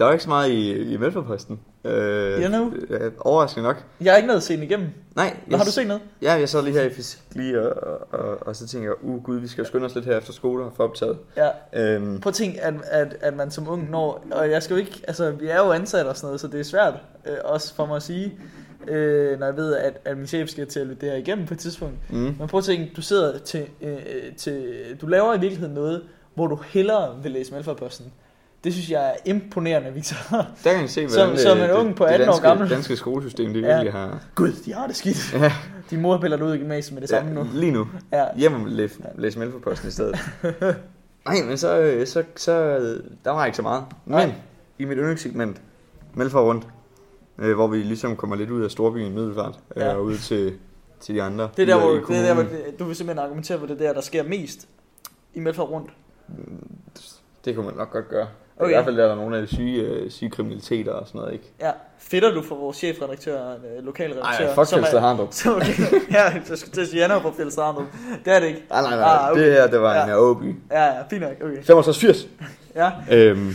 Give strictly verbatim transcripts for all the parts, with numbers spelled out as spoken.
Der var ikke så meget i, i Mælkeposten. Øh, Ja, nu. øh, overraskende nok. Jeg har ikke noget at se den igennem. Nej. Nå, har du set noget? Ja, jeg så lige her i fysik lige, og, og, og, og så tænker jeg, uh gud, vi skal jo skynde os lidt her efter skole og få optaget. Ja. Øhm, Prøv at tænke, at, at, at man som ung når, og jeg skal jo ikke, altså vi er jo ansat og sådan noget, så det er svært øh, også for mig at sige, øh, når jeg ved, at, at min chef skal til at lytte det her igennem på et tidspunkt. Mm. Men prøv at tænke, du sidder til, øh, til, du laver i virkeligheden noget, hvor du hellere vil læse Mælkeposten. Det synes jeg er imponerende, Victor. Der kan I se, hvordan som, som en ung på atten det danske, år gammel. Det danske skolesystem, det ja. virkelig har... Gud, de har det skidt. Ja. Din mor piller ud i gymnasiet med det samme ja, nu. Lige nu. Ja. Hjem og læse, læse Mælkeposten i stedet. Nej, men så, så, så... Der var ikke så meget. Men Nej. I mit yndlingssegment, Mælkefor rundt, øh, hvor vi ligesom kommer lidt ud af storbyen Middelfart, ja. øh, og ud til, til de andre. Det er der, hvor, det er der, hvor du vil simpelthen argumentere for det der, der sker mest i Mælkefor rundt. Det kunne man nok godt gøre. Okay. I hvert fald er der nogle af de syge, syge kriminaliteter og sådan noget, ikke? Ja. Fedter du for vores chefredaktør, lokalredaktør? Nej, fuck Fjeldsted Harndrup. Okay. Ja, jeg skulle til at sige, han er på Fjeldsted Harndrup. Det er det ikke. Nej, nej, nej. Ah, okay. Det her, det var ja. en her Åby. Ja, ja, fint nok. Okay. femogtres firs. Ja. Øhm.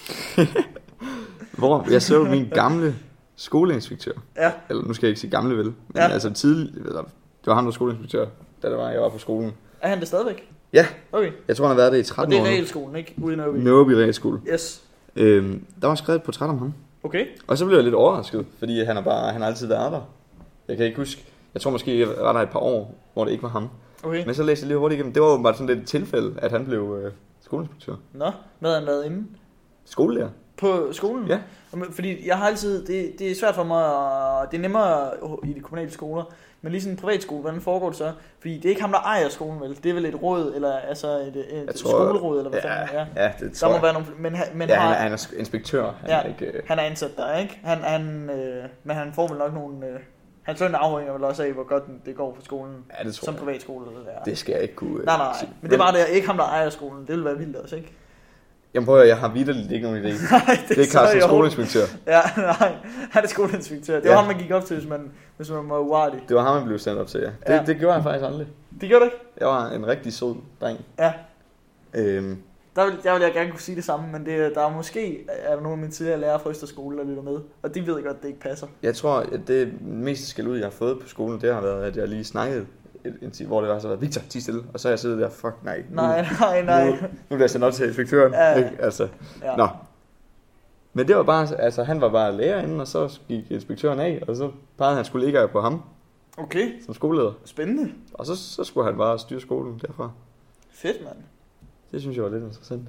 Hvor jeg så min gamle skoleinspektør. Ja. Eller nu skal jeg ikke sige gamle vel. Men ja. altså tidlig, det var ham der skoleinspektør, da det var, jeg var på skolen. Er han det stadigvæk? Ja. Okay. Jeg tror, han har været det i tretten år. Og det er realskolen, ikke? Uden Åby. Nåby realskole. Yes. Øhm, der var skrevet et portræt om ham. Okay. Og så blev jeg lidt overrasket, fordi han har bare, han har altid været der. Jeg kan ikke huske. Jeg tror måske, jeg var der et par år, hvor det ikke var ham. Okay. Men så læste jeg lige hurtigt igennem. Det var jo bare sådan lidt et tilfælde, at han blev øh, skoleinspektør. Nå, hvad har han lavet inden? Skolelærer. På skolen? Ja. Fordi jeg har altid, det, det er svært for mig, det er nemmere i de kommunale skoler, men lige sådan en privatskole, hvordan foregår det så? Fordi det er ikke ham, der ejer skolen, vel? Det er vel et råd, eller altså et, et tror, skoleråd, eller hvad ja, fanden det er? Ja, det tror der må jeg. være nogle, men, men ja, har, han er inspektør. Han, ja, er ikke, øh... han er ansat der, ikke? Han, han, øh, men han får vel nok nogle... Øh, hans løn afhænger vel også af, hvor godt det går på skolen, ja, det tror som jeg. privatskole. Eller det, det skal jeg ikke kunne... Øh, nej, nej, nej. Men det er bare det, ikke ham, der ejer skolen. Det vil være vildt også, ikke? Jamen prøv at jeg har vitterligt ikke nogen idé. Nej, det, det er Carsten, skoleinspektør. Ja, nej, han er skoleinspektør. Det var ja. ham, man gik op til, hvis man, hvis man var uartig. Det var ham, man blev sendt op til, ja. Det, ja. det gjorde han faktisk aldrig. Det gjorde det ikke? Jeg var en rigtig sød dreng. Ja. Øhm. Der vil, der vil jeg gerne kunne sige det samme, men det, der er måske er nogle af mine tidligere lærere fra Østerskole, der lytter med, og de ved godt, at det ikke passer. Jeg tror, at det meste skæld ud, jeg har fået på skolen, det har været, at jeg lige snakkede, hvor det var så, Victor, tig stille, og så er jeg siddet der, fuck nej. Nu, nej, nej, nej. Nu, nu bliver jeg sendt op til inspektøren. Ja. Ikke? Altså, ja. Nå. Men det var bare, altså han var bare lærer inden, og så gik inspektøren af, og så pegede hans kollegaer på ham. Okay. Som skoleleder. Spændende. Og så, så skulle han bare styre skolen derfra. Fedt, mand. Det synes jeg var lidt interessant.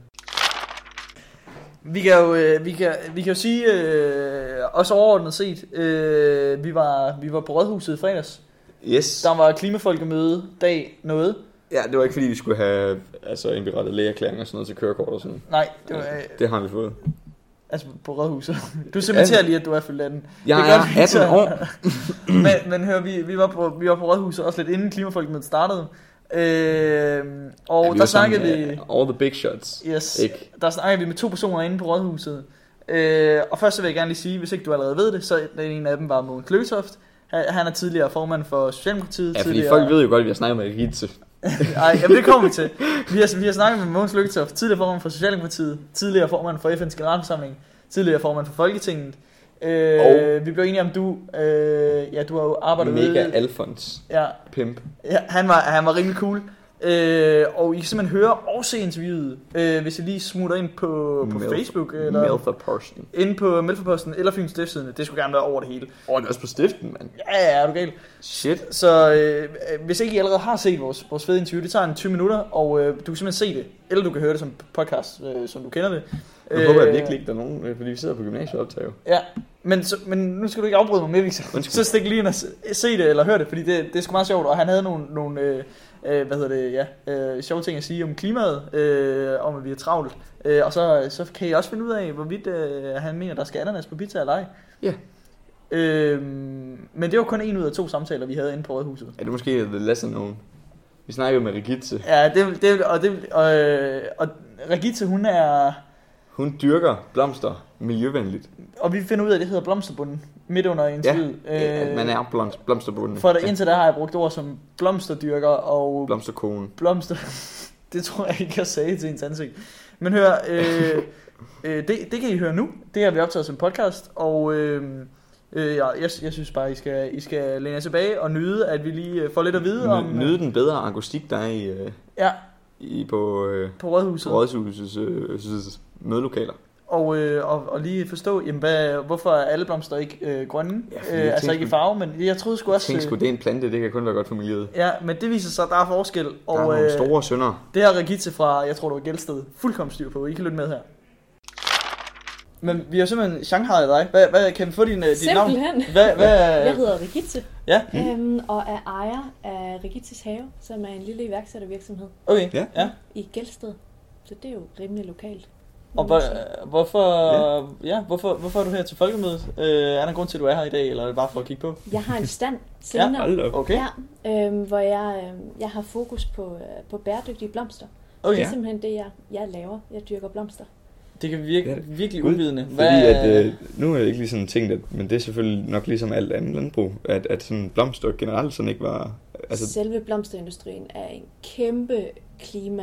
Vi kan jo, øh, vi kan, vi kan jo sige, øh, også overordnet set, øh, vi, var, vi var på Rådhuset i fredags. Yes. Der var klimafolkemøde, dag noget. Ja, det var ikke fordi, vi skulle have altså, indberettet lægeerklæring og sådan noget til kørekort og sådan. Nej, det var... Øh, det har vi fået. Altså på Rådhuset. Du cementerer lige, at du er fyldt atten. Jeg er atten år. men, men hør, vi, vi, var på, vi var på Rådhuset også lidt inden klimafolkemødet startede. Øh, og ja, vi der snakkede vi... All the big shots. Yes, ikke? Der snakkede vi med to personer inde på Rådhuset. Øh, og først så vil jeg gerne lige sige, hvis ikke du allerede ved det, så en af dem var Mogens Lykketoft. Han er tidligere formand for Socialdemokratiet. Ja, fordi tidligere... folk ved jo godt, at vi har snakket med Rigitte. Nej, jamen det kommer vi til. Vi har, vi har snakket med Mogens Lykketoft, tidligere formand for Socialdemokratiet, tidligere formand for F N's generalforsamling, tidligere formand for Folketinget. Øh, og vi blev enige om du, øh, ja, du har jo arbejdet med Mega Alfons. Ja. Pimp. Ja, han var han var rimelig cool. Øh, og I kan simpelthen høre og se interviewet, øh, hvis I lige smutter ind på, på Melf- Facebook eller Mælkeposten. Ind på Mælkeposten eller Fyns Stiftstidende. Det skulle gerne være over det hele. Åh, oh, det er også på stiften, mand. Ja, ja, er du galt. Shit. Så øh, hvis ikke I allerede har set vores, vores fede interview, det tager en tyve minutter, og øh, du kan simpelthen se det. Eller du kan høre det som podcast, øh, som du kender det. Nu håber jeg virkelig ikke, der er nogen, fordi vi sidder på gymnasieoptag. Ja, men, så, men nu skal du ikke afbryde mig med, Victor. Så stik lige ind og se det eller hør det, fordi det, det er sgu meget sjovt, og han havde nogle, nogle øh, øh, hvad hedder det, ja, øh, sjove ting at sige om klimaet, øh, om at vi er travlt. Øh, og så, så kan I også finde ud af, hvorvidt øh, han mener, der skal ananas på pizza eller ej. Ja. Øh, men det var kun en ud af to samtaler, vi havde inde på Rådhuset. Er det måske the lesser known? Vi snakkede med Rigitte. Ja, det, det, og, det, og, og Rigitte, hun er... Hun dyrker blomster miljøvenligt. Og vi finder ud af, at det hedder blomsterbunden midt under interviewet. Ja, øh, man er blomst, blomsterbunden. For der, indtil der har jeg brugt ord som blomsterdyrker og... Blomsterkone. Blomster... Det tror jeg ikke, jeg sagde til hendes ansigt. Men hør, øh, Øh, det, det kan I høre nu. Det har vi optaget som podcast, og øh, øh, jeg, jeg synes bare, I skal, I skal læne jer tilbage og nyde, at vi lige får lidt at vide om... Nyde den bedre akustik, der er i, øh, ja. i på, øh, på Rådhuset. På Rådhusets øh, mødelokaler. Og, øh, og, og lige forstå, jamen, hvad, hvorfor er alle blomster ikke øh, grønne? Ja, øh, altså ikke i farve, men jeg troede sgu også... Jeg tænkte sgu, det er en plante, det kan kun være godt for miljøet. Ja, men det viser sig, at der er forskel. Der og, er nogle øh, store synder. Det har Regitze fra, jeg tror det var Gelsted, fuldkommen styr på. I kan lytte med her. Men vi har simpelthen Shanghai dig. Hvad, hvad, kan vi få din, dit navn? Simpelthen. Hvad, hvad... Jeg hedder Regitze. Ja. Øhm, og er ejer af Regitzes Have, som er en lille iværksættervirksomhed. Okay, ja. ja. I Gelsted. Så det er jo rimelig lokalt. Og hvor, hvorfor, ja. Ja, hvorfor, hvorfor er du her til folkemødet? Øh, er der en grund til, at du er her i dag, eller er det bare for at kigge på? Jeg har en stand senere, ja, okay. ja, øh, hvor jeg, øh, jeg har fokus på, øh, på bæredygtige blomster. Okay. Det er simpelthen det, jeg, jeg laver. Jeg dyrker blomster. Det kan virke ja. virkelig uvidende. Fordi at, øh, nu er jeg ikke lige sådan tænkt, at, men det er selvfølgelig nok ligesom alt andet landbrug, at, at sådan blomster generelt sådan ikke var... Altså... Selve blomsterindustrien er en kæmpe klima...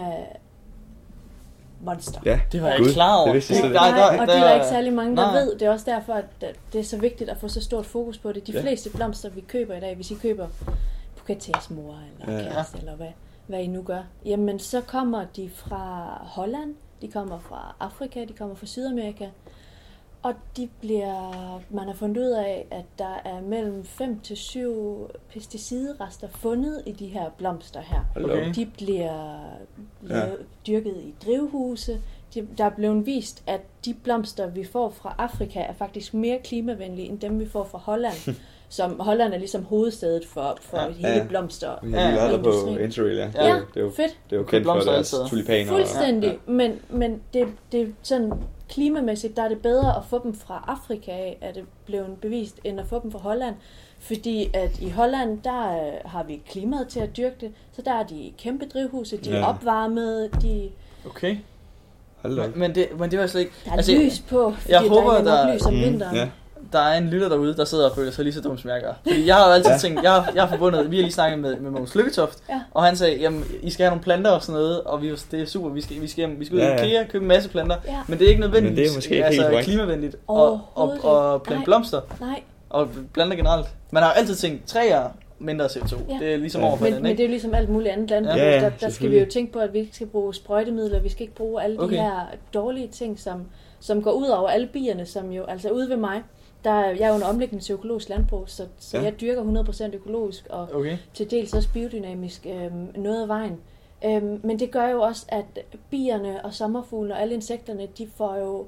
monster. Ja, det var jeg ikke klar over. Det, det, det, nej, der, og det er der ikke særlig mange, der nej. ved. Det er også derfor, at det er så vigtigt at få så stort fokus på det. De ja. fleste blomster, vi køber i dag, hvis I køber bouquetesmor eller ja. kæreste, eller hvad, hvad I nu gør, jamen så kommer de fra Holland, de kommer fra Afrika, de kommer fra Sydamerika, og de bliver, man har fundet ud af, at der er mellem fem til syv pesticidrester fundet i de her blomster her. Okay. De bliver ja. dyrket i drivhuse. De, der er blevet vist, at de blomster, vi får fra Afrika, er faktisk mere klimavenlige, end dem, vi får fra Holland. Som Holland er ligesom hovedstedet for, for ja, hele ja. blomster. Ja, vi har været på Interrail, ja. Ja, det er jo, fedt. Det er jo kendt for deres tulipaner. Fuldstændig, ja, ja. men, men det, det er sådan klimamæssigt, der er det bedre at få dem fra Afrika af, er det blevet bevist, end at få dem fra Holland. Fordi at i Holland, der har vi klimaet til at dyrke det, så der er de kæmpe drivhuse, de ja. er opvarmede, de... Okay. Men, men, det, men det var slet ikke... Der er altså, lys på, fordi jeg der håber, er der, lys om mm, vinteren. Ja. Der er en lytter derude, der sidder og føler sig lige så dum som jeg gør. Fordi jeg har jo altid ja. tænkt, jeg, jeg har forbundet, vi har lige snakket med, med Mogens Lykketoft, ja. og han sagde, jamen, I skal have nogle planter og sådan noget, og vi, det er super, vi skal, vi skal, vi skal ud i ja, ja. IKEA, købe en masse planter, ja. men det er ikke nødvendigvis men det er måske ikke altså, helt klimavenligt og, og, og plante Nej. blomster, Nej. og planter generelt. Man har jo altid tænkt, træer mindre C O to, ja. det er ligesom ja. overfor men, den, men det er jo ligesom alt muligt andet landbrug, ja, ja, der, der skal vi jo tænke på, at vi ikke skal bruge sprøjtemidler, vi skal ikke bruge alle okay. de her dårlige ting, som, som går ud over alle bierne, som jo, altså ude ved mig, der, jeg er jo en omlægning til økologisk landbrug, så, så ja. jeg dyrker hundrede procent økologisk, og okay. til dels også biodynamisk øhm, noget af vejen. Øhm, men det gør jo også, at bierne og sommerfuglene og alle insekterne, de får jo,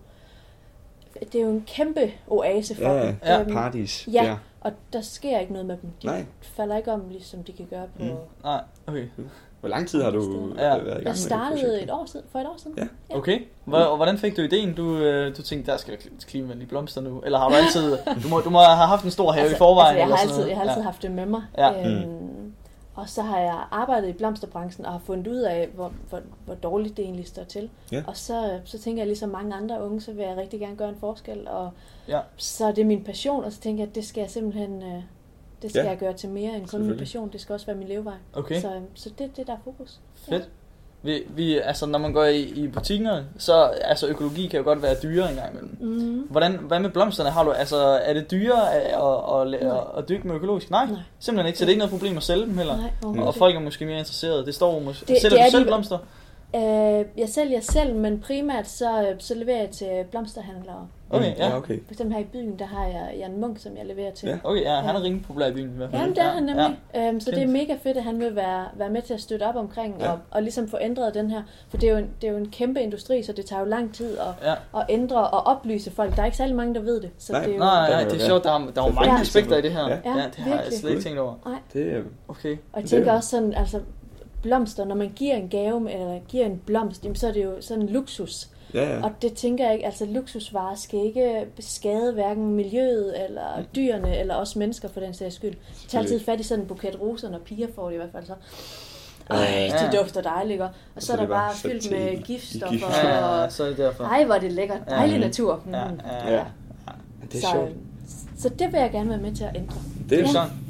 det er jo en kæmpe oase for ja, dem. Ja, øhm, paradis. Ja, ja, og der sker ikke noget med dem. De Nej. falder ikke om, ligesom de kan gøre på... Mm. Nej, okay. Hvor lang tid har du ja. været i gang med Jeg startede et år siden, for et år siden. Ja. Ja. Okay. Hvordan fik du ideen? Du, du tænkte, der skal være klimavenlige blomster nu? Eller har du altid... Du må, du må have haft en stor have altså, i forvejen? Altså, jeg, har eller altid, jeg har altid ja. haft det med mig. Ja. Øhm, mm. Og så har jeg arbejdet i blomsterbranchen og har fundet ud af, hvor, hvor, hvor dårligt det egentlig står til. Ja. Og så, så tænker jeg, ligesom mange andre unge, så vil jeg rigtig gerne gøre en forskel. Og ja. så er det min passion, og så tænker jeg, at det skal jeg simpelthen... Det skal ja. jeg gøre til mere end kun min passion. Det skal også være min levevej. Okay. Så, så det er det, der er fokus. Fedt. Ja. Vi, vi, altså, når man går i, i butikkerne, så altså, økologi kan jo godt være dyrere engang imellem. Mm. Hvordan, hvad med blomsterne? Har du, altså, er det dyrere at, at, at, at, at dyrke med økologisk? Nej, Nej, simpelthen ikke. Så det er ikke noget problem at sælge dem heller. Nej, og folk er måske mere interesserede. Det står måske... Det, sælger det du selv de, blomster? Øh, jeg sælger selv, men primært så, så leverer jeg til blomsterhandlere. Okay, ja. okay. For eksempel her i byen, der har jeg Jan Munk, som jeg leverer til. Ja. Okay, ja, han er rimelig populær i byen i hvert fald. Jamen, det er han nemlig. Ja. Øhm, så det er mega fedt, at han vil være, være med til at støtte op omkring, ja. og, og ligesom få ændret den her. For det er, jo en, det er jo en kæmpe industri, så det tager jo lang tid at, ja. at ændre og oplyse folk. Der er ikke særlig mange, der ved det. Så nej, det er jo, nej, nej, det er sjovt. Der er, der er jo mange ja. aspekter i det her. Ja, ja det har jeg slet ikke tænkt over. Nej. Det er okay. Og jeg tænker også sådan, altså blomster, når man giver en gave, eller giver en blomst, så er det jo sådan en luksus. Ja, ja. Og det tænker jeg ikke, altså luksusvarer skal ikke skade hverken miljøet, eller dyrene, eller også mennesker for den sags skyld. Jeg tager altid fat i sådan en buket roser, når piger får det i hvert fald så. Ej, ja. De dufter dejligt, og så, så er der bare fyldt med giftstoffer. Ja, og så er det derfor. Ej, hvor er det lækkert. Dejlig ja. natur. Mm. Ja, ja, ja. Det er så, sjovt. Så det vil jeg gerne være med til at ændre. Det er ja. sådan.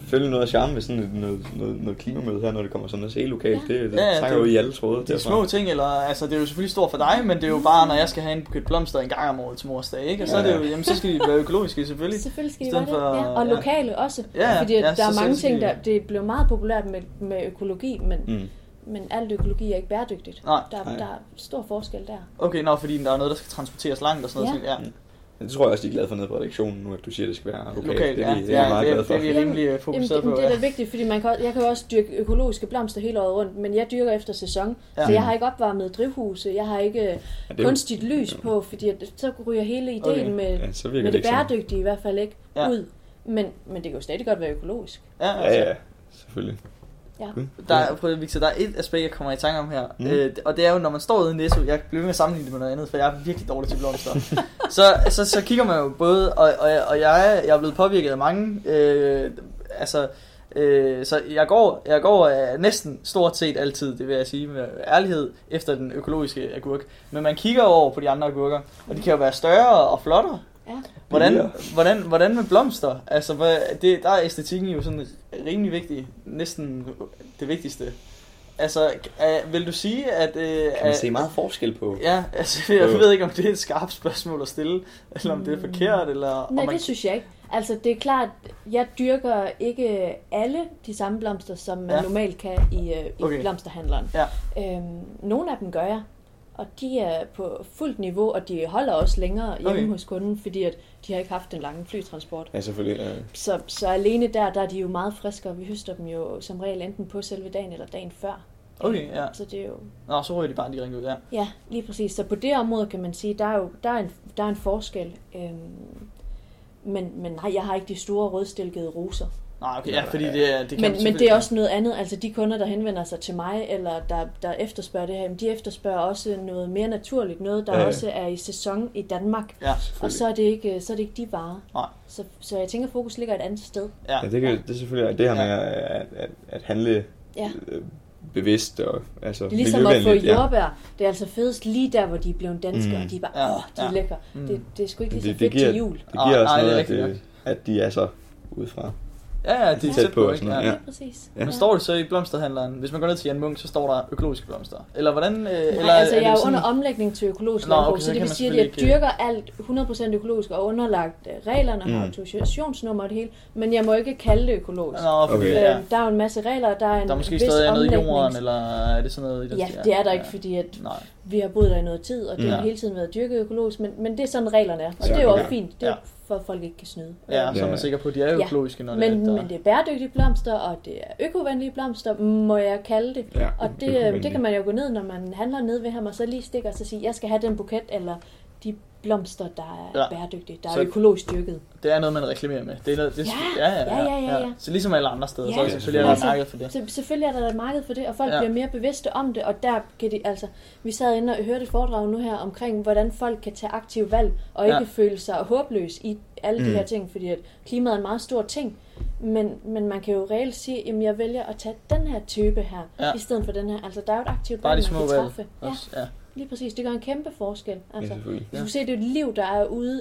selvfølgelig noget af charme ved sådan et, noget, noget, noget klimamøde her, når det kommer sådan noget helt lokalt. Ja. Det, det ja, ja, trækker jo i alle tråde. Det er små ting, eller altså det er jo selvfølgelig stort for dig, men det er jo bare, når jeg skal have en buket blomster en gang om året til mors dag, ikke? Og så er det jo, jamen så skal de være økologiske selvfølgelig. Selvfølgelig skal de være det, for, ja. Og lokale ja. også. Ja, fordi ja, der er mange ting, der, de... det blev meget populært med, med økologi, men... Mm. Men alt økologi er ikke bæredygtigt. Nej. Der, der er stor forskel der. Okay, nå, fordi der er noget, der skal transporteres langt og sådan noget. Ja. Ting. Ja. Det tror jeg også, de er glade for nede på redaktionen nu, at du siger, at det skal være lokalt. Lokalt, ja. Det er vi, det er ja, meget det, glade for. Det er vi rimelig fokuseret jamen, på. Det er da vigtigt, fordi man kan, jeg kan jo også dyrke økologiske blomster hele året rundt, men jeg dyrker efter sæson. Ja. Så jeg har ikke opvarmet drivhuse, jeg har ikke ja, kunstigt jo... lys på, fordi at, så ryger hele ideen okay. med, ja, med det, det bæredygtige i hvert fald ikke ja. ud. Men, men det kan jo stadig godt være økologisk. Ja, altså. ja, ja, selvfølgelig. Ja. Der er, prøv, Victor, der er et aspekt, jeg kommer i tanke om her, mm. øh, og det er jo, når man står ude i Netto, jeg bliver ved med at sammenligne det med noget andet, for jeg er virkelig dårlig til blomster, så, så, så kigger man jo både, og, og, og jeg, er, jeg er blevet påvirket af mange, øh, altså, øh, så jeg går, jeg går øh, næsten stort set altid, det vil jeg sige med ærlighed, efter den økologiske agurk, men man kigger over på de andre agurker, og de kan jo være større og flottere. Ja. Hvordan, hvordan, hvordan med blomster? Altså, hvad, det, der er æstetikken jo sådan rimelig vigtig, næsten det vigtigste. Altså, uh, vil du sige, at... Uh, kan man se meget forskel på? Ja, altså, jeg ved ikke, om det er et skarpt spørgsmål at stille, eller om det er forkert, eller... Nej, man... det synes jeg ikke. Altså, det er klart, jeg dyrker ikke alle de samme blomster, som man ja. normalt kan i, uh, i okay. blomsterhandleren. Ja. Øhm, nogle af dem gør jeg. Og de er på fuldt niveau, og de holder også længere hjemme okay. hos kunden, fordi at de har ikke haft den lange flytransport. Ja, selvfølgelig. Ja. Så, så alene der, der er de jo meget friske, og vi høster dem jo som regel enten på selve dagen eller dagen før. Okay, ja. Så det er jo... Nå, så ryger de bare direkte ud, ja. Ja, lige præcis. Så på det område kan man sige, der er jo der er en, der er en forskel. Øhm, men, men nej, jeg har ikke de store rødstilkede roser. Nej, okay, ja, fordi det, det kan men, men det er også noget andet. Altså de kunder, der henvender sig til mig, eller der, der efterspørger det her, de efterspørger også noget mere naturligt, noget der ja, ja. også er i sæson i Danmark. Ja, og så er det ikke, så er det ikke de varer. Nej. Så, så jeg tænker, fokus ligger et andet sted. Ja, ja det, kan, det er selvfølgelig det her med at, at, at handle ja. bevidst og altså det er ligesom at få jordbær. Ja. Det er altså fedest lige der, hvor de er blevet danske, mm. og de er bare, åh, ja. de er ja. lækre. Mm. Det, det er sgu ikke lige så fedt giver, til jul. Det giver også noget, at, det, at de er så udefra. Ja, ja, det er tæt på, ikke? Ja. Ja, præcis. Men står det så i blomsterhandleren, hvis man går ned til Jan Munk, så står der økologiske blomster? Eller hvordan? Øh, Nej, eller altså er jeg er jo sådan... under omlægning til økologisk Nå, landbrug, okay, så det vil sige, at jeg ikke... dyrker alt hundrede procent økologisk og underlagt reglerne, mm. har autorisationsnummer og det hele, men jeg må ikke kalde det økologisk. Nå, okay. øh, ja. Der er jo en masse regler, der er en Der er måske vis stadig noget i omlægning. jorden, eller er det sådan noget i den? Ja, det er der ikke, fordi at Nej. vi har boet der i noget tid, og det ja. har hele tiden været dyrket økologisk, men, men det er sådan reglerne er, og ja, det er jo også okay. fint. Det er, ja. for at folk ikke kan snyde. Ja, så er man sikker på, at de er økologiske, når men, det er... Men det er bæredygtige blomster, og det er økovenlige blomster, må jeg kalde det. Ja, og det, det kan man jo gå ned, når man handler ned ved ham, og så lige stikker og så sige, jeg skal have den buket, eller de blomster, der er ja. bæredygtige, der så er økologisk dyrket. Det er noget, man reklamerer med. Det er noget, det, ja, ja, ja, ja, ja, ja. Så ligesom alle andre steder, ja. så er selvfølgelig er der et marked for det. Så, selvfølgelig er der et marked for det, og folk ja. bliver mere bevidste om det, og der kan de, altså, vi sad inde og hørte et foredrag nu her omkring, hvordan folk kan tage aktiv valg, og ikke ja. føle sig håbløs i alle mm. de her ting, fordi at klimaet er en meget stor ting, men, men man kan jo reelt sige, at jeg vælger at tage den her type her, ja. i stedet for den her. Altså, der er jo et aktivt valg, man kan træffe. Ja. ja. Lige præcis, det gør en kæmpe forskel. Altså, ja, hvis du ser, det er et liv, der er ude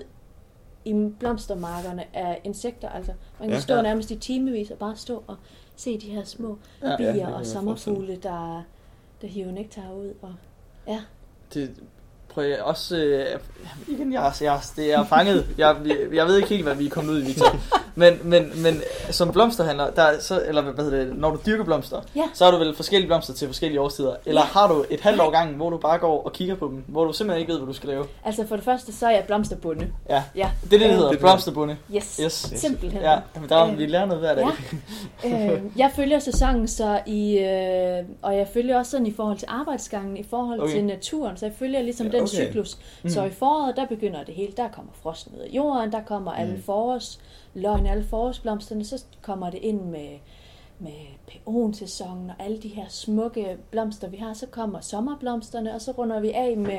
i blomstermarkerne af insekter. Altså, man kan ja, stå ja. nærmest i timevis og bare stå og se de her små ja, bier ja, og sommerfugle, der, der hiver nektar ud. Og, ja. Det prøver jeg også... Øh, igen, jeg, jeg, det er fanget. Jeg, jeg ved ikke helt, hvad vi er kommet ud i, Victor. Men, men, men som blomsterhandler, der er så, eller hvad hedder det, når du dyrker blomster, ja. så har du vel forskellige blomster til forskellige årstider. Eller ja. har du et halvt år gangen, hvor du bare går og kigger på dem, hvor du simpelthen ikke ved, hvad du skal lave? Altså for det første, så er jeg blomsterbonde. Ja, ja. det er det, det hedder, det blomsterbonde. Yes, yes. simpelthen. Ja, men der øh, vi lærer noget hver dag. Ja. øh, jeg følger sæsonen så i, øh, og jeg følger også sådan i forhold til arbejdsgangen, i forhold okay. til naturen, så jeg følger ligesom ja, okay. den cyklus. Mm. Så i foråret, der begynder det hele, der kommer frosten ud af jorden, der kommer mm. alle forårs løgn, alle forårsblomsterne, så kommer det ind med, med peonsæsonen og alle de her smukke blomster, vi har. Så kommer sommerblomsterne, og så runder vi af med,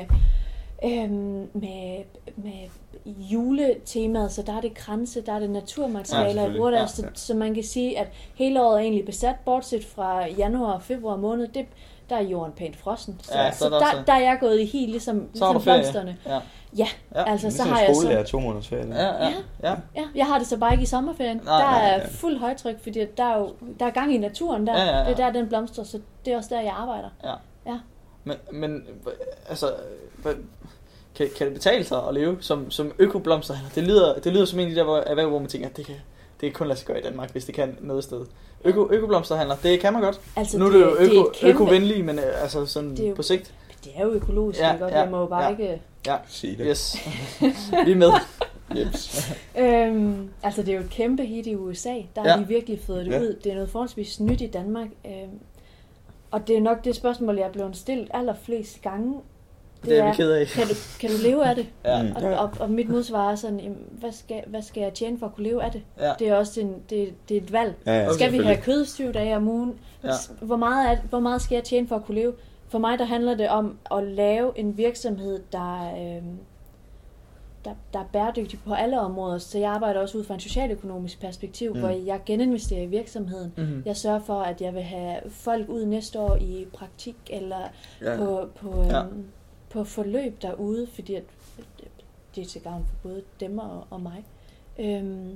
øhm, med, med juletemaet, så der er det kranse, der er det naturmaterialer, ja, bruger der, ja, ja. Så, så man kan sige, at hele året er egentlig besat, bortset fra januar og februar måned, det, der er jorden pænt frossen. Så, ja, så, så så der, der, der er jeg gået i helt ligesom, så ligesom blomsterne. Ja. Ja, ja, altså så har jeg så... skolelærer to måneders ferie. Ja, ja, ja. ja, jeg har det så bare ikke i sommerferien. Nej, der nej, er ja. fuld højtryk, fordi der er jo der er gang i naturen der. Ja, ja, ja. Det er der, den blomster, så det er også der, jeg arbejder. Ja. Ja. Men, men altså, kan, kan det betale sig at leve som, som økoblomsterhandler? Det lyder, det lyder som en af de der erhverv, hvor man tænker, at det kan, det kan kun lade sig gøre i Danmark, hvis det kan noget sted. Øko, økoblomsterhandler, det kan man godt. Altså, nu er det, det jo øko, det er økovenlige, men altså sådan det er jo, på sigt. Det er jo økologisk, ja, ikke? Og ja, jeg må jo bare ja, ikke... Ja, sige det. Yes. Vi er med. Jeps. øhm, altså, det er jo et kæmpe hit i U S A. Der har ja. de virkelig fået det ja. ud. Det er noget forholdsvis nyt i Danmark. Øhm, og det er nok det spørgsmål, jeg er blevet stillet allerflest gange. Det, det er vi ked af. Kan du, kan du leve af det? Ja. Og, og, og mit modsvar er sådan, jamen, hvad, skal, hvad skal jeg tjene for at kunne leve af det? Ja. Det er også en, det, det er et valg. Ja, ja, skal vi have kød syv dage om ugen? Ja. Hvor, meget er, hvor meget skal jeg tjene for at kunne leve? For mig der handler det om at lave en virksomhed, der, øh, der, der er bæredygtig på alle områder. Så jeg arbejder også ud fra en socialøkonomisk perspektiv, mm. hvor jeg geninvesterer i virksomheden. Mm. Jeg sørger for, at jeg vil have folk ud næste år i praktik eller ja. på, på, øh, ja. på forløb derude, fordi at, det er til gavn for både dem og, og mig. Øhm,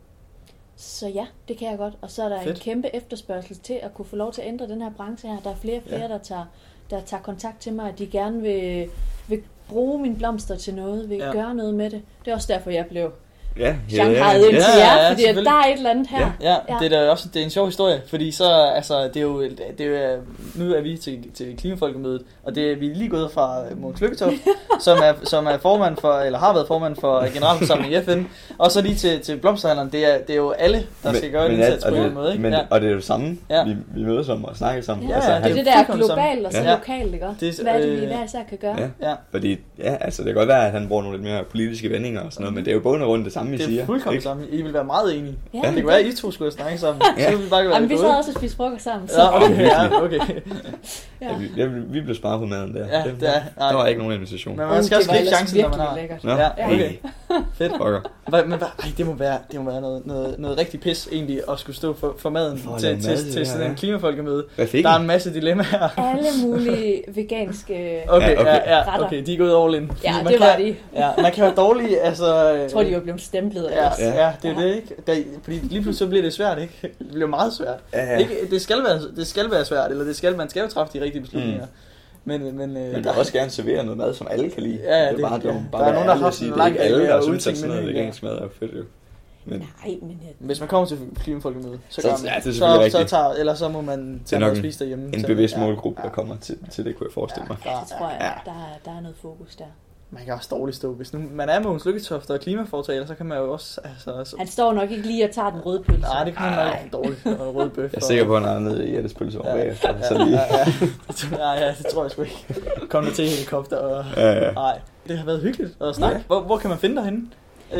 så ja, det kan jeg godt. Og så er der Fedt. en kæmpe efterspørgsel til at kunne få lov til at ændre den her branche her. Der er flere og flere, ja. der, tager, der tager kontakt til mig, at de gerne vil, vil bruge mine blomster til noget, vil ja. gøre noget med det. Det er også derfor, jeg blev ja, Shanghai ja, ja. ind til ja, jer, ja, fordi at der er et eller andet her. Ja, ja, det er da også det er en sjov historie, fordi så altså det er jo det er jo, nu er vi til til klimafolkemødet, og det er vi er lige gået fra Mogens Lykketoft, som er som er formand for eller har været formand for generalforsamlingen i F N, og så lige til til blomsterhandleren. Det er det er jo alle der skal men, gøre en indsats på en måde, ikke? Men, ja. Og det er jo det samme. Ja. Vi vi mødes om og snakker sammen. Ja, altså, det er det der globalt og så ja. lokalt, ikke? Det, hvad er det vi hver især kan gøre? Ja. ja. Fordi ja, altså det kan godt være at han bruger nogle lidt mere politiske vendinger og sådan noget, men det er jo både rundt det samme vi siger. Det er fuldkommen sammen. I vil være meget enige. Ja, det kunne være, at I to skulle snakke sammen. Ja. Så ville vi bare være Jamen, vi sad også og spiste frokost sammen. Så. Ja, okay. Ja, okay. ja. Ja, vi, vi blev sparet på maden der. Ja, det, det er, der var ikke nogen invitation. Men man skal også gribe chancen, når man har. Nå, ja, okay. Hey. Fedt. Fucker. Men ej, det må være, det må være noget, noget, noget rigtig pis egentlig at skulle stå for, for maden for til, til, til, til sådan en klimafolkemøde. Der er en masse dilemmaer. Alle mulige veganske okay, ja, okay. Ja, ja, okay, de er gået all in. Ja, det var de. Ja, man kan være dårlig, altså... Jeg tror, de var blevet stemplet. Ja, ja, ja, det er ja. det, ikke? Der, fordi lige pludselig så bliver det svært, ikke? Det bliver meget svært. Ja, ja. Ikke, det, skal være, det skal være svært, eller det skal, man skal jo træffe de rigtige beslutninger. Mm. Men, men, men øh, der vil også gerne servere noget mad, som alle kan lide. Ja, ja, det er bare, ja. det, bare der er nogen, der har haft en lang alle, der synes, at sådan noget vegansk mad er jo fedt, jo. Men, Nej, men... Jeg... Hvis man kommer til klimafolkemøde, så, så, man, ja, det så, så tager, eller så må man tage noget at spise derhjemme. En bevidst målgruppe, der kommer til, til det, kunne jeg forestille mig. Ja, det tror jeg, der, der er noget fokus der. Man kan også dårligt stå. Hvis nu man er Mogens Lykketoft og klimafortaler, så kan man jo også... Altså, så... Han står nok ikke lige og tager den røde pølse. Nej, det kan man nok dårligt. Og røde bøf. Jeg er sikker på, at han er nede i Jettes pølse over bagefter. Ja, ja, ja, ja, ja, det tror jeg sgu ikke. Kom der til helikopter og... Ja, ja. Nej, det har været hyggeligt at snakke. Ja. Hvor, hvor kan man finde dig henne?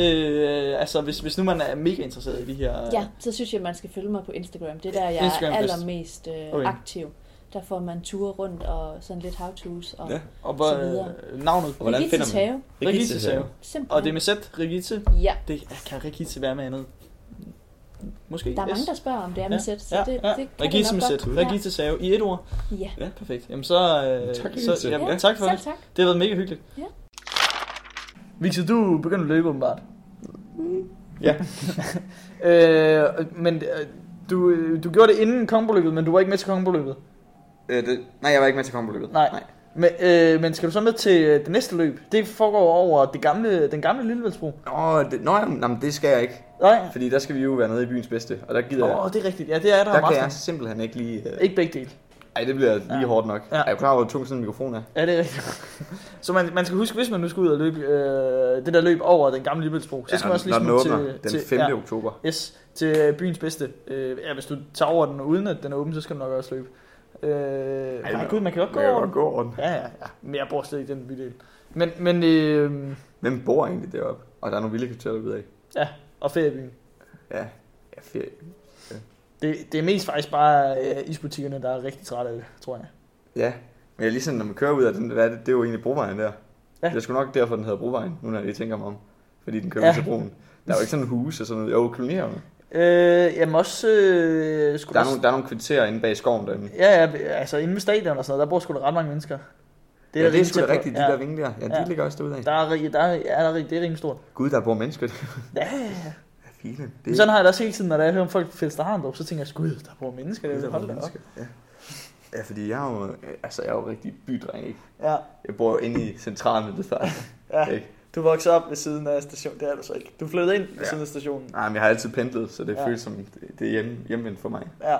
Øh, altså hvis, hvis nu man er mega interesseret i de her... Ja, så synes jeg, man skal følge mig på Instagram. Det er der, jeg Instagram er allermest øh, okay. aktiv. Der får man ture rundt og sådan lidt how-tos og, ja. og hvor, så videre. Navnet? Og hvordan finder man? Regitze Have. Og det er med Z, Regitze? Ja. Det kan Regitze være med andet. Måske. Der er yes. mange, der spørger, om det er med Z, ja. så det, ja. det kan Regitze med Z. Regitze Have i et ord. Ja. Ja, perfekt. Jamen så... Øh, tak, så jamen, ja, tak for det. Tak. Det har været mega hyggeligt. Ja. Victor, du begynder at løbe åbenbart. Ja. øh, men du, du gjorde det inden kongebrylluppet, men du var ikke med til kongebrylluppet. Øh, det, nej, jeg var ikke med til kongebrylluppet. Nej. nej. Men, øh, men skal du så med til det næste løb? Det foregår over det gamle, den gamle Lillebæltsbro. Nå, det, nå jamen, det skal jeg ikke. Nej. Fordi der skal vi jo være nede i byens bedste, og der gider oh, jeg... Åh, det er rigtigt. Ja, det er der. Der kan jeg simpelthen ikke lige... Uh... Ikke begge dele. Ej, det bliver lige ja. hårdt nok. Ja. Jeg er klar over, hvor tung sådan en mikrofon er. Ja, det er rigtigt. Så man, man skal huske, hvis man nu skal ud og løbe øh, det der løb over den gamle Lillebæltsbro, så ja, skal man også lige smutte til... den femte oktober. Yes, til byens bedste. Øh, ja, hvis du tager over den uden at den er åben, så skal du nok også løbe. Øh, Ej, nej, gud, man kan godt gå over den. gå over den. Ja, ja, ja. Men jeg bor slet ikke i den bydel. Men, men... Øh, Hvem bor egentlig deroppe? Og der er nogle vilde kvarterer derude af. Ja, og feriebyen. Ja, ja, ferie. Ja. Det, det er mest faktisk bare øh, isbutikkerne, der er rigtig trætte af det, tror jeg. Ja, men jeg ligesom, når man kører ud af den, det, det er jo egentlig Brovejen der. Ja. Det er sgu nok derfor, den hedder Brovejen, nu når jeg tænker mig om. Fordi den kører ja. til broen. Der er jo ikke sådan en hus og sådan noget. Jo, kolonihaverne. Øh, jamen også... Øh, der, er nogle, der er nogle kvarterer inde bag skoven derinde. Ja, ja, altså inde ved stadion og sådan noget, der bor sgu da ret mange mennesker. Det er, ja, det er sgu da rigtigt, de ja. der vinge der. Ja, de ja. ligger også derude af. Der er, der er, ja, der er, det er rimelig stort. Gud, der bor mennesker. Ja, ja, ja. Filen. Det... Sådan har jeg da også hele tiden, når jeg hører om folk på Fælster Harndrup, så tænker jeg, gud, der bor mennesker, der vil holde der op. Ja. Ja, fordi jeg er jo, altså jeg er jo rigtig bydreng, ikke? Ja. Jeg bor jo inde i centralen ved før. Ja, ikke? Du voksede op ved siden af stationen, det er du så ikke. Du flyttede ind ved ja. siden af stationen. Nej, men jeg har altid pendlet, så det ja. føles som, det er hjem, hjemvendt for mig. Ja.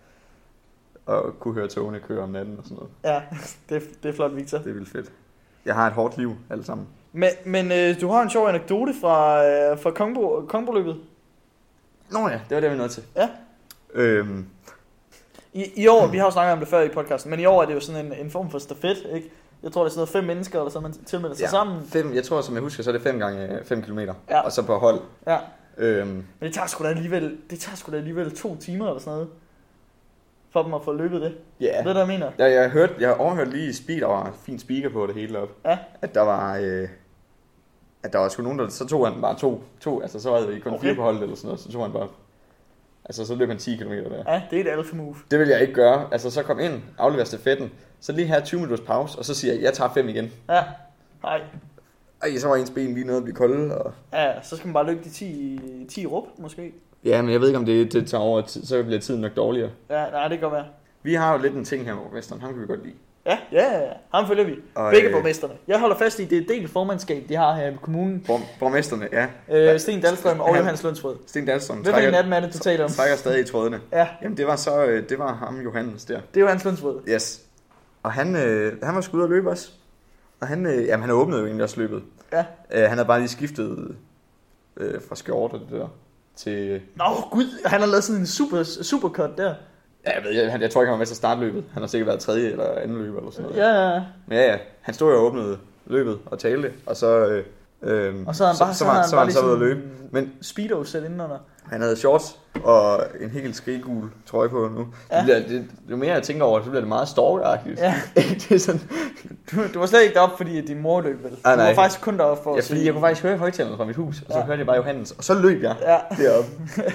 Og kunne høre togene køre om natten og sådan noget. Ja, det, det er flot, Victor. Det er vildt fedt. Jeg har et hårdt liv, alle sammen. Men, men øh, du har en sjov anekdote fra, øh, fra Kongbo, Kongbo-løbet. Nå ja, det var det, vi nåede til. Ja. Øhm. I, I år, vi har jo snakket om det før i podcasten, men i år er det jo sådan en, en form for stafet, ikke? Jeg tror, det er sådan noget fem mennesker, eller så man tilmelder sig ja, sammen. Fem, jeg tror, som jeg husker, så er det fem gange fem kilometer, ja. Og så på hold. Ja. Øhm. Men det tager sgu da alligevel, det tager sgu da alligevel to timer eller sådan noget, for dem at få løbet det. Ja. Yeah. Ved du, hvad jeg mener? Ja, jeg har hørt, jeg har overhørt lige speed, der var en fin speaker på det hele op. Ja. At der var, øh, at der var sgu nogen, der, så tog han bare to, to altså så var det kun okay. fire på holdet eller sådan noget, så tog han bare, altså så løb han ti kilometer der. Ja, det er et alfa move. Det vil jeg ikke gøre, altså så kom ind, aflever stafetten, så lige have tyve minutters pause, og så siger jeg, jeg tager fem igen. Ja, nej. Ej, så var ens ben lige noget at blive kolde. Og... Ja, så skal man bare løbe de ti, ti rup, måske. Ja, men jeg ved ikke, om det, det tager over, så bliver tiden nok dårligere. Ja, nej, det kan godt være. Vi har jo lidt en ting her med borgmesteren, ham kan vi godt lide. Ja, ja, ja, ham følger vi. Og, Begge øh... borgmesterne. Jeg holder fast i, det er et delt formandskab, de har her i kommunen. Borg, borgmesterne, ja. Øh, Sten Dahlstrøm og Johannes Lundsrød. Sten Dahlstrøm Hvem er den af det, du taler om? Trækker stadig i trådene. Ja. Jamen, det var så, det var ham, Johannes der. Det er Johannes Lundsrød. Yes. Og han, øh, han var sgu ud at løbe også. Og han, øh, jamen, han åbnede jo egentlig også løbet. Ja. Øh, han havde bare lige skiftet øh, fra skjort og det der til... Nå, gud, han har lavet sådan en super, supercut der. Ja, jeg ved, jeg, jeg tror ikke, han var med til at starte løbet. Han har sikkert været tredje eller anden løber eller sådan noget. Ja, ja, ja. Men ja, ja, han stod jo og åbnede løbet og talte, og så... Øh, øh, og så, han bare, så, så, så, han, så var han så ude at løbe. Men speedo sæt indenunder. Han havde shorts og en helt skriggul trøje på nu. Ja. Det bliver, det, jo mere jeg tænker over det, så bliver det meget stalkeragtigt. Ja. Det er sådan... du, du var slet ikke deroppe, fordi din mor løb, vel? Ah, du var faktisk kun deroppe for ja, at fordi sige... jeg kunne faktisk høre højtalerne fra mit hus, og så ja. hørte jeg bare Johannes, og så løb jeg ja. deroppe.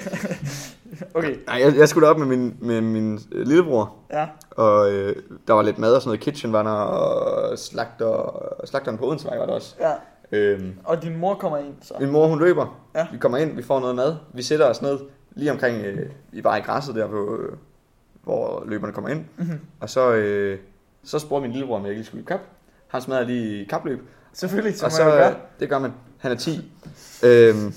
Okay. Nej, jeg, jeg skulle derop med min, med min øh, lillebror, ja. og øh, der var lidt mad og sådan noget, kitchen var der, og slagter, og slagteren på Odensvej var der også. Ja. Øhm, og din mor kommer ind, så? Min mor, hun løber. Ja. Vi kommer ind, vi får noget mad, vi sætter os ned lige omkring, øh, vi var i græsset der, på, øh, hvor løberne kommer ind, mm-hmm. og så, øh, så spurgte min lillebror, om jeg ikke skulle i kap. Han smadrede lige i kapløb. Selvfølgelig, som og så, man gør. Det gør man. Han er ti. øhm,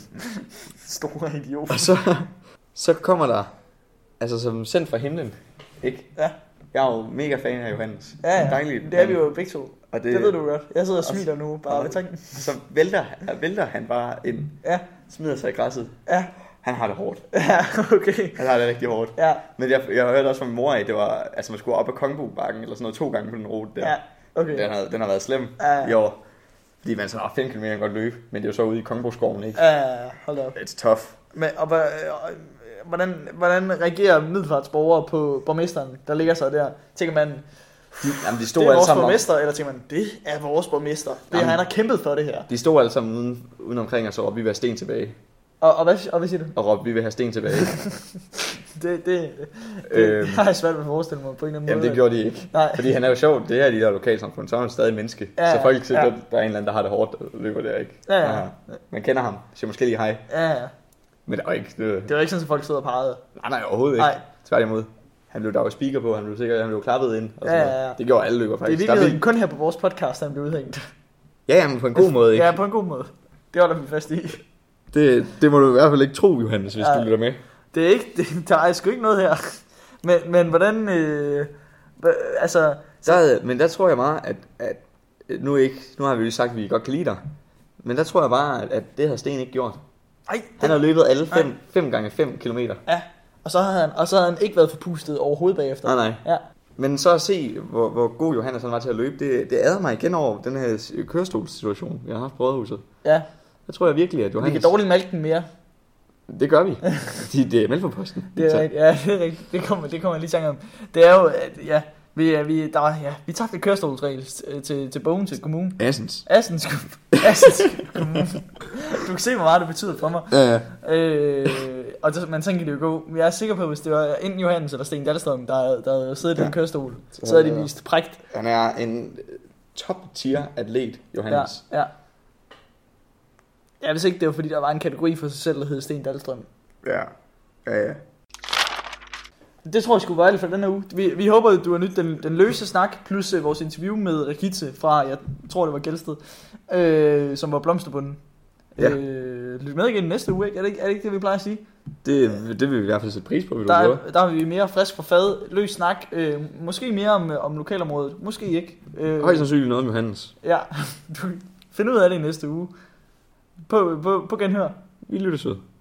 Store idiot. Og så, så kommer der, altså som sendt fra himlen, ikke? Ja. Jeg er jo mega fan af Johannes. Ja, ja. Dejligt, det er vi jo begge to. Og det, det ved du godt. Jeg sidder og smiler og, nu, bare ved tanken. Så vælter, vælter han bare ind, ja. smider sig i græsset. Ja. Han har det hårdt. Ja, okay. Han har det rigtig hårdt. Ja. Men jeg, jeg hørte også fra min mor af, det var, altså man skulle op ad Kongbo-bakken, eller sådan noget, to gange på den rute der. Ja, okay. Den har, den har været slem ja. i år. Fordi man så har fem kilometer godt løbe, men det er jo så ude i Kongbo-skoven, ikke? Ja, hold op. It's tough. Men, og, hvordan, hvordan reagerer middelfartsborgere på borgmesteren, der ligger sig der? Tænker man, de, jamen, de stod det er vores sammen borgmester, om... eller tænker man, det er vores borgmester. Det jamen, han har kæmpet for det her. De stod alle sammen uden, uden omkring og så råbte, vi vil have Sten tilbage. Og, og, hvad, og hvad siger du? Og råbte, vi vil have Sten tilbage. det, det, det, øhm, det har jeg svært ved at forestille mig på en eller anden jamen, måde. Jamen det gjorde de ikke. Nej. Fordi han er jo sjov, det her de der lokalsamfund, så er han stadig menneske. Ja, så folk siger, ja. der, der er en eller anden, der har det hårdt og løber der, ikke? Ja, ja. Ja. Man kender ham, siger måske lige hej. Ja, ja. Men det var ikke... Det, det var ikke sådan, at folk stod og pegede. Nej, nej, overhovedet ikke. Nej. Tværtimod. Han blev der jo speaker på, han blev sikkert, han blev klappet ind. Og ja, ja, ja. Det gjorde alle løber faktisk. Det er virkelig kun her på vores podcast, han blev udhængt. Ja, jamen på en god måde, ikke? Ja, på en god måde. Det holder vi fast i. Det, det må du i hvert fald ikke tro, Johannes, hvis ja, du lytter med. Det er ikke, det, der er sgu ikke noget her. Men, men hvordan, øh, altså... Så... Der, men der tror jeg meget, at, at nu, ikke, nu har vi jo sagt, at vi godt kan lide dig. Men der tror jeg bare, at, at det har Sten ikke gjort. Ej, han har løbet alle fem, fem gange fem kilometer. Ja, og så, havde han, og så havde han ikke været forpustet overhovedet bagefter. Nej, nej. Ja. Men så at se, hvor, hvor god Johannes var til at løbe, det, det adder mig igen over den her kørestolssituation, vi har haft på Rådhuset. Ja. Der tror jeg virkelig, at Johannes... Vi kan dårligt mælke den mere. Det gør vi. Det, det er meldt for posten. Det er rigtigt. Ja, det er rigtigt. Det kommer, det kommer jeg lige tænke om. Det er jo, at, ja, vi, vi, der, ja, vi tabte et kørestolsregel til, til Bogen, til kommunen. Assens. Assens, Assens kommune. Du kan se, hvor meget det betyder for mig. Ja, ja. Øh, og det, man tænker det jo gå. Men jeg er sikker på, at hvis det var enten Johannes eller Sten Dahlstrøm, der, der havde siddet ja. i den kørestol, så, så havde de vist prægt. Han er en top tier atlet, Johannes. Ja, ja. Jeg vidste ikke, det var fordi, der var en kategori for sig selv, der hed Sten Dahlstrøm. Ja, ja, ja. Det tror jeg skulle være alt for den her uge. Vi, vi håber, at du har nyt den, den løse snak, plus uh, vores interview med Rikice fra, jeg tror det var Gelsted, øh, som var blomsterbunden. Ja. Øh, lyt med igen næste uge, ikke? Er det ikke, er det ikke det, vi plejer at sige? Det, det vil vi i hvert fald sætte pris på, vil du der, gøre. Der er vi mere frisk på fad, løs snak, øh, måske mere om, om lokalområdet, måske ikke. Øh, Højst sandsynligt noget med Johannes. Ja, du finder ud af det i næste uge. På, på, på genhør. Vi lyttes ud.